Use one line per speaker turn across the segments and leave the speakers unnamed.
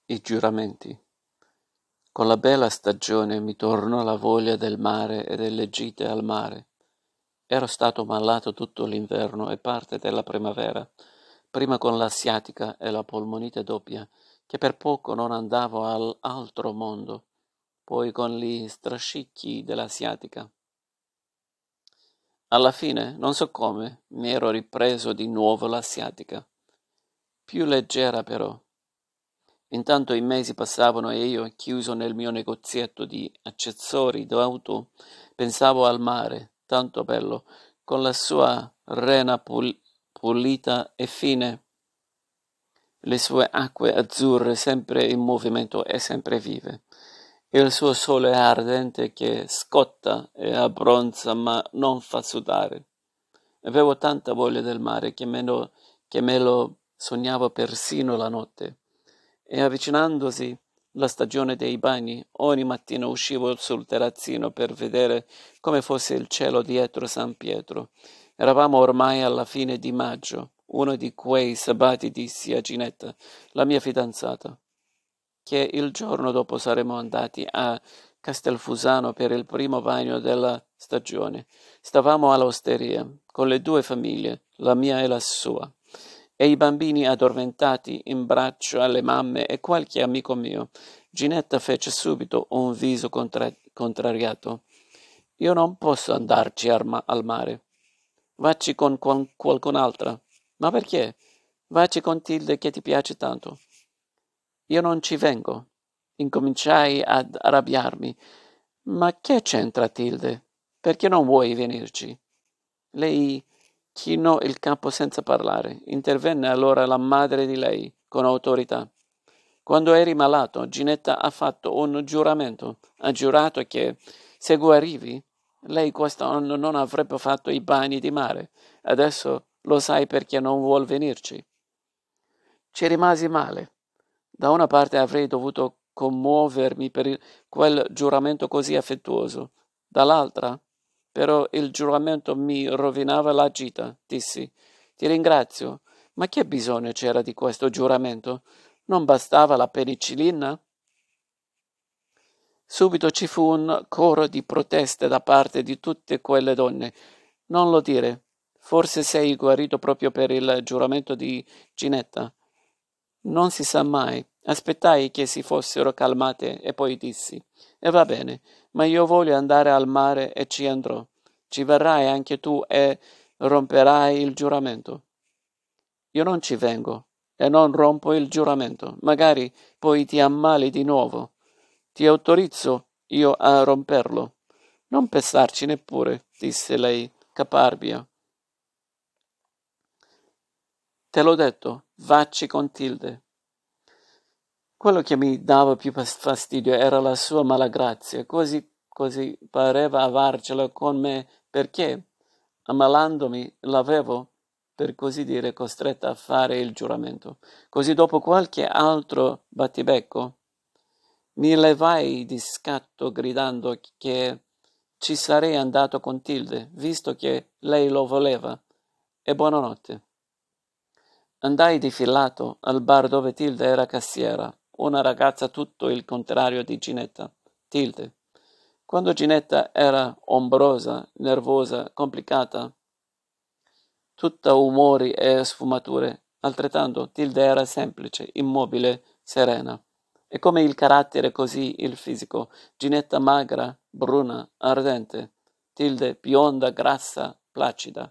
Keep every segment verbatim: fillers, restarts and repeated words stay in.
I giuramenti. Con la bella stagione mi tornò la voglia del mare e delle gite al mare. Ero stato malato tutto l'inverno e parte della primavera, prima con la sciatica e la polmonite doppia, che per poco non andavo all'altro mondo, poi con gli strascichi della sciatica. Alla fine, non so come, mi ero ripreso di nuovo la sciatica, più leggera però. Intanto i mesi passavano e io, chiuso nel mio negozietto di accessori d'auto, pensavo al mare, tanto bello, con la sua rena pul- pulita e fine, le sue acque azzurre sempre in movimento e sempre vive, e il suo sole ardente che scotta e abbronza ma non fa sudare. Avevo tanta voglia del mare che me lo, che me lo sognavo persino la notte. E avvicinandosi la stagione dei bagni, ogni mattina uscivo sul terrazzino per vedere come fosse il cielo dietro San Pietro. Eravamo ormai alla fine di maggio, uno di quei sabati dissi a Ginetta, la mia fidanzata, che il giorno dopo saremmo andati a Castelfusano per il primo bagno della stagione. Stavamo all'osteria, con le due famiglie, la mia e la sua, e i bambini addormentati in braccio alle mamme e qualche amico mio. Ginetta fece subito un viso contra- contrariato. Io non posso andarci al, ma- al mare. Vacci con qual- qualcun'altra. Ma perché? Vacci con Tilde che ti piace tanto. Io non ci vengo. Incominciai ad arrabbiarmi. Ma che c'entra Tilde? Perché non vuoi venirci? Lei chinò il capo senza parlare. Intervenne allora la madre di lei, con autorità. Quando eri malato, Ginetta ha fatto un giuramento. Ha giurato che, se guarivi, lei quest'anno non avrebbe fatto i bagni di mare. Adesso lo sai perché non vuol venirci. Ci rimasi male. Da una parte avrei dovuto commuovermi per il- quel giuramento così affettuoso, dall'altra, però il giuramento mi rovinava la gita, dissi. Ti ringrazio, ma che bisogno c'era di questo giuramento? Non bastava la penicillina? Subito ci fu un coro di proteste da parte di tutte quelle donne. Non lo dire. Forse sei guarito proprio per il giuramento di Ginetta. Non si sa mai. Aspettai che si fossero calmate e poi dissi: E va bene, ma io voglio andare al mare e ci andrò. Ci verrai anche tu e romperai il giuramento. Io non ci vengo e non rompo il giuramento. Magari poi ti ammali di nuovo. Ti autorizzo io a romperlo. Non pensarci neppure, disse lei, caparbia. Te l'ho detto, vacci con Tilde. Quello che mi dava più fas- fastidio era la sua malagrazia, così, così pareva avarcela con me perché, ammalandomi, l'avevo, per così dire, costretta a fare il giuramento. Così dopo qualche altro battibecco mi levai di scatto gridando che ci sarei andato con Tilde, visto che lei lo voleva, e buonanotte. Andai difilato al bar dove Tilde era cassiera, una ragazza tutto il contrario di Ginetta. Tilde. Quando Ginetta era ombrosa, nervosa, complicata, tutta umori e sfumature, altrettanto Tilde era semplice, immobile, serena. E come il carattere così il fisico, Ginetta magra, bruna, ardente, Tilde bionda, grassa, placida.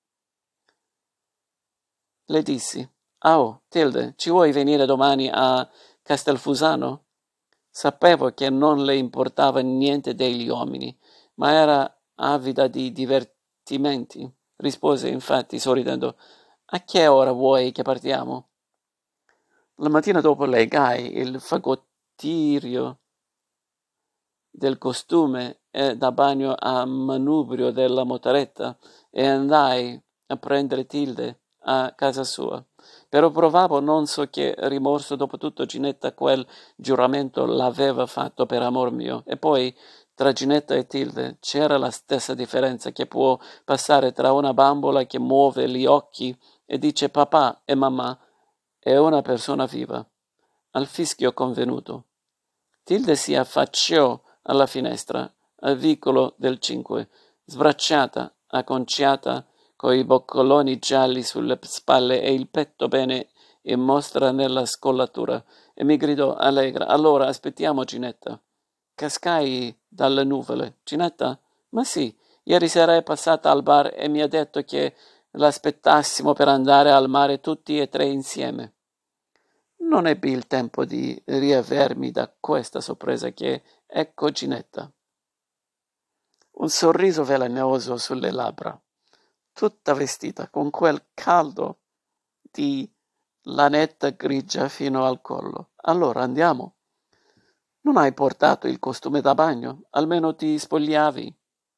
Le dissi: Ah, oh, Tilde, ci vuoi venire domani a Castelfusano? Sapevo che non le importava niente degli uomini, ma era avida di divertimenti. Rispose infatti sorridendo: A che ora vuoi che partiamo? La mattina dopo legai il fagottirio del costume e da bagno a manubrio della motoretta e andai a prendere Tilde a casa sua. Però provavo non so che rimorso, dopo tutto Ginetta quel giuramento l'aveva fatto per amor mio. E poi tra Ginetta e Tilde c'era la stessa differenza che può passare tra una bambola che muove gli occhi e dice papà e mamma e una persona viva. al fischio convenuto. Tilde si affacciò alla finestra, al vicolo del cinque, sbracciata, acconciata, coi boccoloni gialli sulle spalle e il petto bene in mostra nella scollatura, e mi gridò allegra: allora aspettiamo Ginetta. Cascai dalle nuvole. Ginetta? Ma sì, ieri sera è passata al bar e mi ha detto che l'aspettassimo per andare al mare tutti e tre insieme. Non ebbi il tempo di riavermi da questa sorpresa che, ecco Ginetta. Un sorriso velenoso sulle labbra, tutta vestita con quel caldo di lanetta grigia fino al collo. Allora andiamo. Non hai portato il costume da bagno? Almeno ti spogliavi?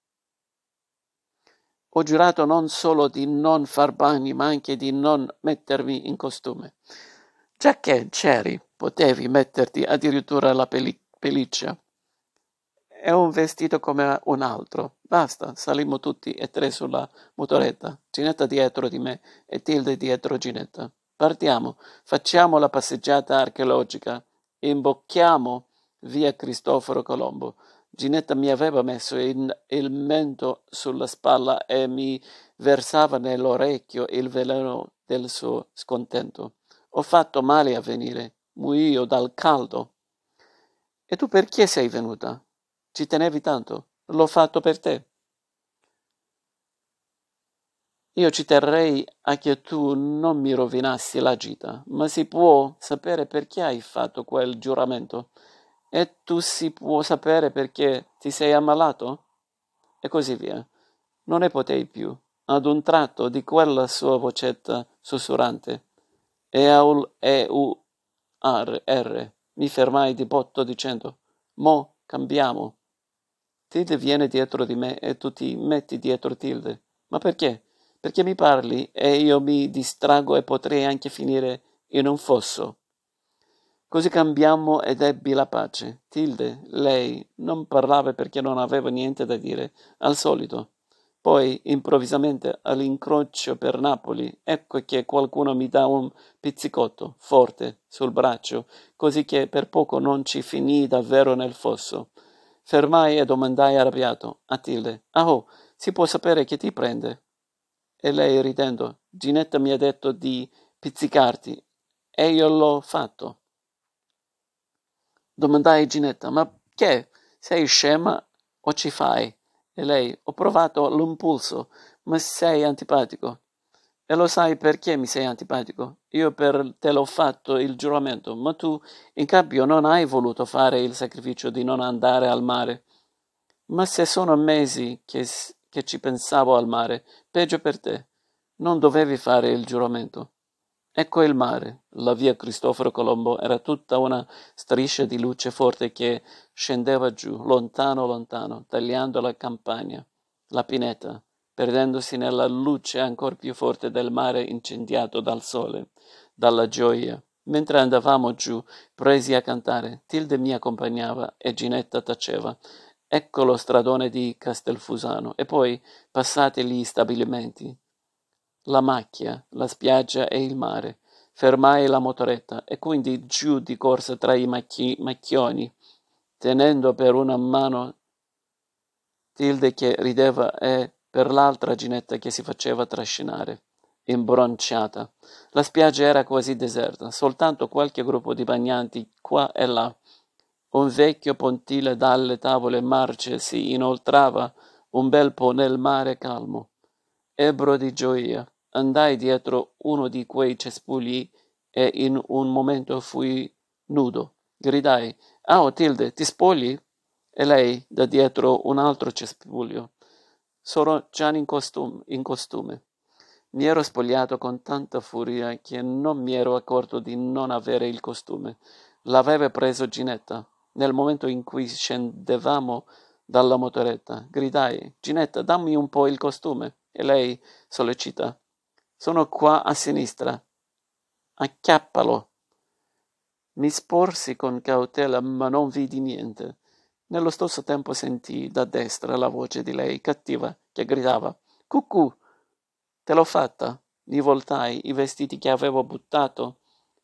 Ho giurato non solo di non far bagni, ma anche di non mettermi in costume. Giacché c'eri, potevi metterti addirittura la peli- pelliccia. È un vestito come un altro. Basta, salimmo tutti e tre sulla motoretta, Ginetta dietro di me e Tilde dietro Ginetta. Partiamo, facciamo la passeggiata archeologica, imbocchiamo via Cristoforo Colombo. Ginetta mi aveva messo in, il mento sulla spalla e mi versava nell'orecchio il veleno del suo scontento. Ho fatto male a venire, muoio dal caldo. E tu perché sei venuta? Ci tenevi tanto? L'ho fatto per te. Io ci terrei a che tu non mi rovinassi la gita, ma si può sapere perché hai fatto quel giuramento? E tu si può sapere perché ti sei ammalato? E così via. Non ne potei più. Ad un tratto di quella sua vocetta sussurrante, E U E U R R, mi fermai di botto dicendo: Mo cambiamo. Tilde viene dietro di me e tu ti metti dietro Tilde. Ma perché? Perché mi parli e io mi distraggo e potrei anche finire in un fosso. Così cambiammo ed ebbi la pace. Tilde, lei, non parlava perché non aveva niente da dire, al solito. Poi, improvvisamente, all'incrocio per Napoli, ecco che qualcuno mi dà un pizzicotto, forte, sul braccio, così che per poco non ci finii davvero nel fosso. Fermai e domandai arrabbiato a Tilde: Ah, oh, si può sapere che ti prende? E lei, ridendo: Ginetta mi ha detto di pizzicarti, e io l'ho fatto. Domandai Ginetta: Ma che? Sei scema o ci fai? E lei: Ho provato l'impulso, ma sei antipatico. E lo sai perché mi sei antipatico? Io per te l'ho fatto il giuramento, ma tu in cambio non hai voluto fare il sacrificio di non andare al mare. Ma se sono mesi che, che ci pensavo al mare, peggio per te. Non dovevi fare il giuramento. Ecco il mare. La via Cristoforo Colombo era tutta una striscia di luce forte che scendeva giù, lontano lontano, tagliando la campagna, la pineta, perdendosi nella luce ancor più forte del mare incendiato dal sole, dalla gioia. Mentre andavamo giù, presi a cantare, Tilde mi accompagnava e Ginetta taceva. Ecco lo stradone di Castelfusano, e poi, passati gli stabilimenti, la macchia, la spiaggia e il mare. Fermai la motoretta e quindi giù di corsa tra i macchi- macchioni, tenendo per una mano Tilde che rideva e per l'altra Ginetta che si faceva trascinare, imbronciata. La spiaggia era quasi deserta, soltanto qualche gruppo di bagnanti qua e là. Un vecchio pontile dalle tavole marce si inoltrava un bel po' nel mare calmo. Ebbro di gioia. Andai dietro uno di quei cespugli e in un momento fui nudo. Gridai: Ah, oh, Tilde, ti spogli? E lei, da dietro un altro cespuglio: Sono già in costume, in costume. Mi ero spogliato con tanta furia che non mi ero accorto di non avere il costume. L'aveva preso Ginetta. Nel momento in cui scendevamo dalla motoretta, gridai: Ginetta, dammi un po' il costume. E lei sollecita: Sono qua a sinistra. Acchiappalo. Mi sporsi con cautela, ma non vidi niente. Nello stesso tempo sentii da destra la voce di lei, cattiva, che gridava: Cucù, te l'ho fatta. Mi voltai, i vestiti che avevo buttato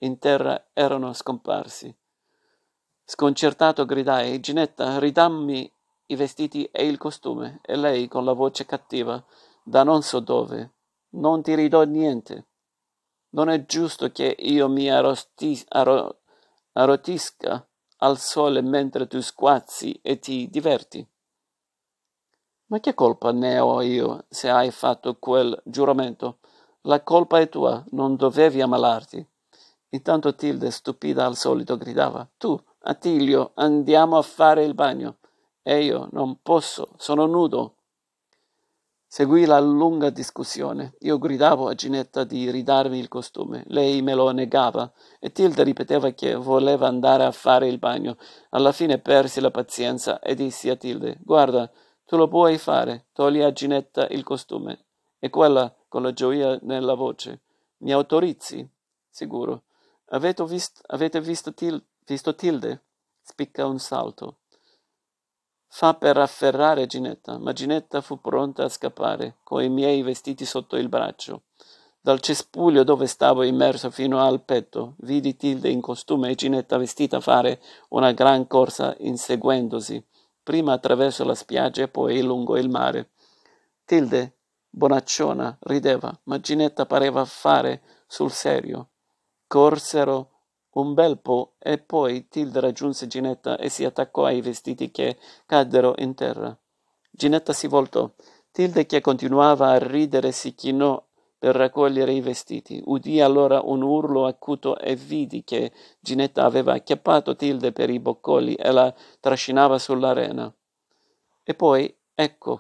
in terra erano scomparsi. Sconcertato gridai: Ginetta, ridammi i vestiti e il costume. E lei, con la voce cattiva, da non so dove: non ti ridò niente. Non è giusto che io mi arrosti- arro- arrotisca al sole mentre tu squazzi e ti diverti. Ma che colpa ne ho io se hai fatto quel giuramento? La colpa è tua, non dovevi ammalarti. Intanto Tilde, stupida al solito, gridava: Tu, Attilio, andiamo a fare il bagno. E io: Non posso, sono nudo. Seguì la lunga discussione. Io gridavo a Ginetta di ridarmi il costume. Lei me lo negava e Tilde ripeteva che voleva andare a fare il bagno. Alla fine persi la pazienza e dissi a Tilde: Guarda, tu lo puoi fare, togli a Ginetta il costume. E quella, con la gioia nella voce: Mi autorizzi? Sicuro. Avete visto, avete visto, Til- visto Tilde? Spicca un salto. Fa per afferrare Ginetta, ma Ginetta fu pronta a scappare, coi miei vestiti sotto il braccio. Dal cespuglio dove stavo immerso fino al petto, vidi Tilde in costume e Ginetta vestita fare una gran corsa inseguendosi, prima attraverso la spiaggia e poi lungo il mare. Tilde, bonacciona, rideva, ma Ginetta pareva fare sul serio. Corsero un bel po' e poi Tilde raggiunse Ginetta e si attaccò ai vestiti che caddero in terra. Ginetta si voltò. Tilde, che continuava a ridere, si chinò per raccogliere i vestiti. Udì allora un urlo acuto e vidi che Ginetta aveva acchiappato Tilde per i boccoli e la trascinava sull'arena. E poi, ecco,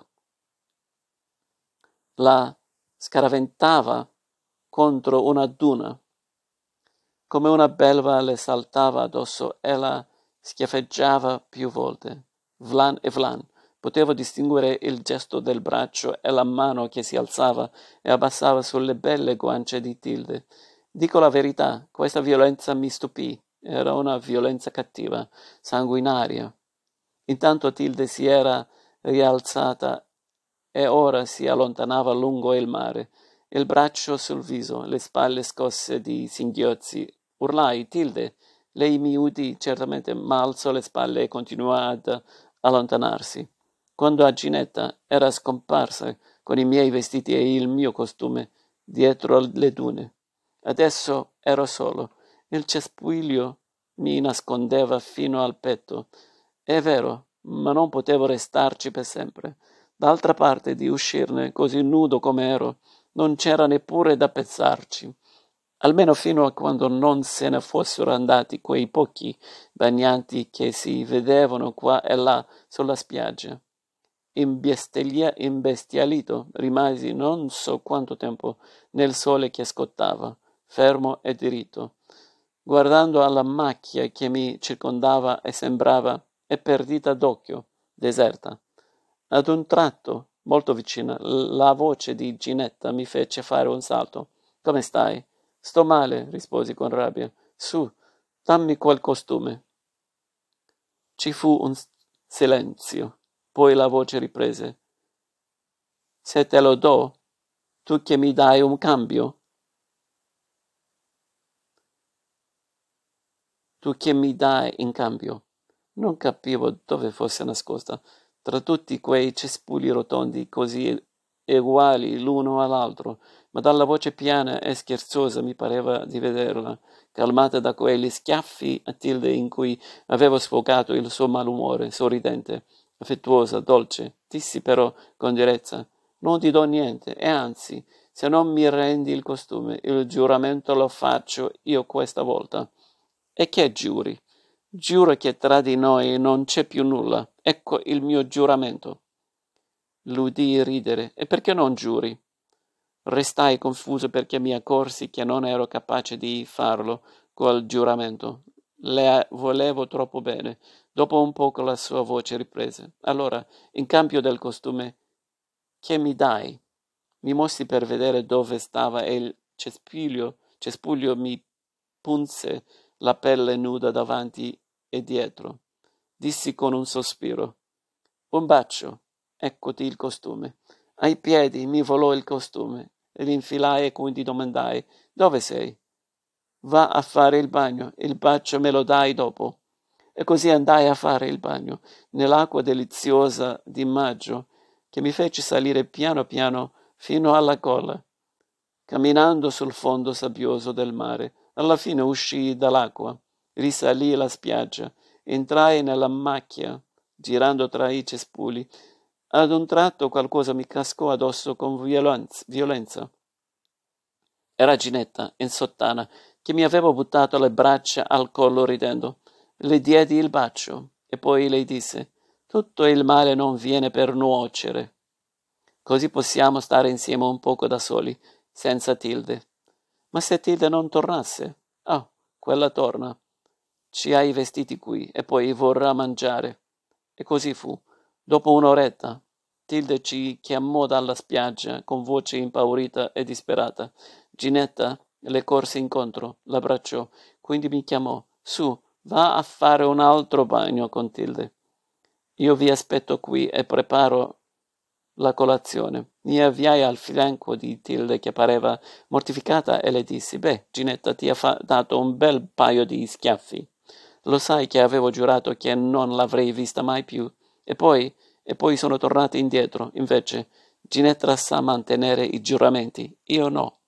la scaraventava contro una duna. Come una belva le saltava addosso e la schiaffeggiava più volte. Vlan e vlan. Potevo distinguere il gesto del braccio e la mano che si alzava e abbassava sulle belle guance di Tilde. Dico la verità, questa violenza mi stupì. Era una violenza cattiva, sanguinaria. Intanto Tilde si era rialzata e ora si allontanava lungo il mare, il braccio sul viso, le spalle scosse di singhiozzi. Urlai: Tilde! Lei mi udì certamente, ma alzò le spalle e continuò ad allontanarsi. Quando a Ginetta era scomparsa con i miei vestiti e il mio costume dietro le dune. Adesso ero solo. Il cespuglio mi nascondeva fino al petto. È vero, ma non potevo restarci per sempre. D'altra parte, di uscirne così nudo come ero, non c'era neppure da pensarci, almeno fino a quando non se ne fossero andati quei pochi bagnanti che si vedevano qua e là sulla spiaggia. Imbestialia- imbestialito rimasi non so quanto tempo nel sole che scottava, fermo e diritto, guardando alla macchia che mi circondava e sembrava e perdita d'occhio, deserta. Ad un tratto, molto vicina, la voce di Ginetta mi fece fare un salto. Come stai? Sto male, risposi con rabbia. Su, dammi quel costume. Ci fu un silenzio. Poi la voce riprese. Se te lo do, tu che mi dai un cambio? Tu che mi dai in cambio? Non capivo dove fosse nascosta, tra tutti quei cespugli rotondi così eguali l'uno all'altro, ma dalla voce piana e scherzosa mi pareva di vederla, calmata da quegli schiaffi a Tilde in cui avevo sfocato il suo malumore, sorridente, affettuosa, dolce. Dissi però con direzza: Non ti do niente, e anzi, se non mi rendi il costume, il giuramento lo faccio io questa volta. E che giuri? Giuro che tra di noi non c'è più nulla. Ecco il mio giuramento. L'udii ridere. E perché non giuri? Restai confuso perché mi accorsi che non ero capace di farlo col giuramento. Le volevo troppo bene. Dopo un poco la sua voce riprese. Allora, in cambio del costume, che mi dai? Mi mossi per vedere dove stava e il cespuglio, cespuglio mi punse la pelle nuda davanti e dietro. Dissi con un sospiro: Un bacio, eccoti il costume. Ai piedi mi volò il costume e l'infilai e quindi domandai: Dove sei? va a fare il bagno, il bacio me lo dai dopo. E così andai a fare il bagno, nell'acqua deliziosa di maggio, che mi fece salire piano piano fino alla gola. Camminando sul fondo sabbioso del mare, alla fine uscii dall'acqua, risalii la spiaggia, entrai nella macchia, girando tra i cespugli. Ad un tratto qualcosa mi cascò addosso con violenz- violenza. Era Ginetta, in sottana, che mi aveva buttato le braccia al collo ridendo. Le diedi il bacio e poi lei disse: Tutto il male non viene per nuocere. Così possiamo stare insieme un poco da soli, senza Tilde. Ma se Tilde non tornasse? Ah, quella torna. Ci ha i vestiti qui e poi vorrà mangiare. E così fu. Dopo un'oretta, Tilde ci chiamò dalla spiaggia con voce impaurita e disperata. Ginetta le corse incontro, l'abbracciò, quindi mi chiamò. Su, va a fare un altro bagno con Tilde. Io vi aspetto qui e preparo la colazione. Mi avviai al fianco di Tilde che pareva mortificata e le dissi: Beh, Ginetta ti ha fa- dato un bel paio di schiaffi. Lo sai che avevo giurato che non l'avrei vista mai più. E poi, e poi sono tornata indietro. Invece, Ginetta sa mantenere i giuramenti. Io no.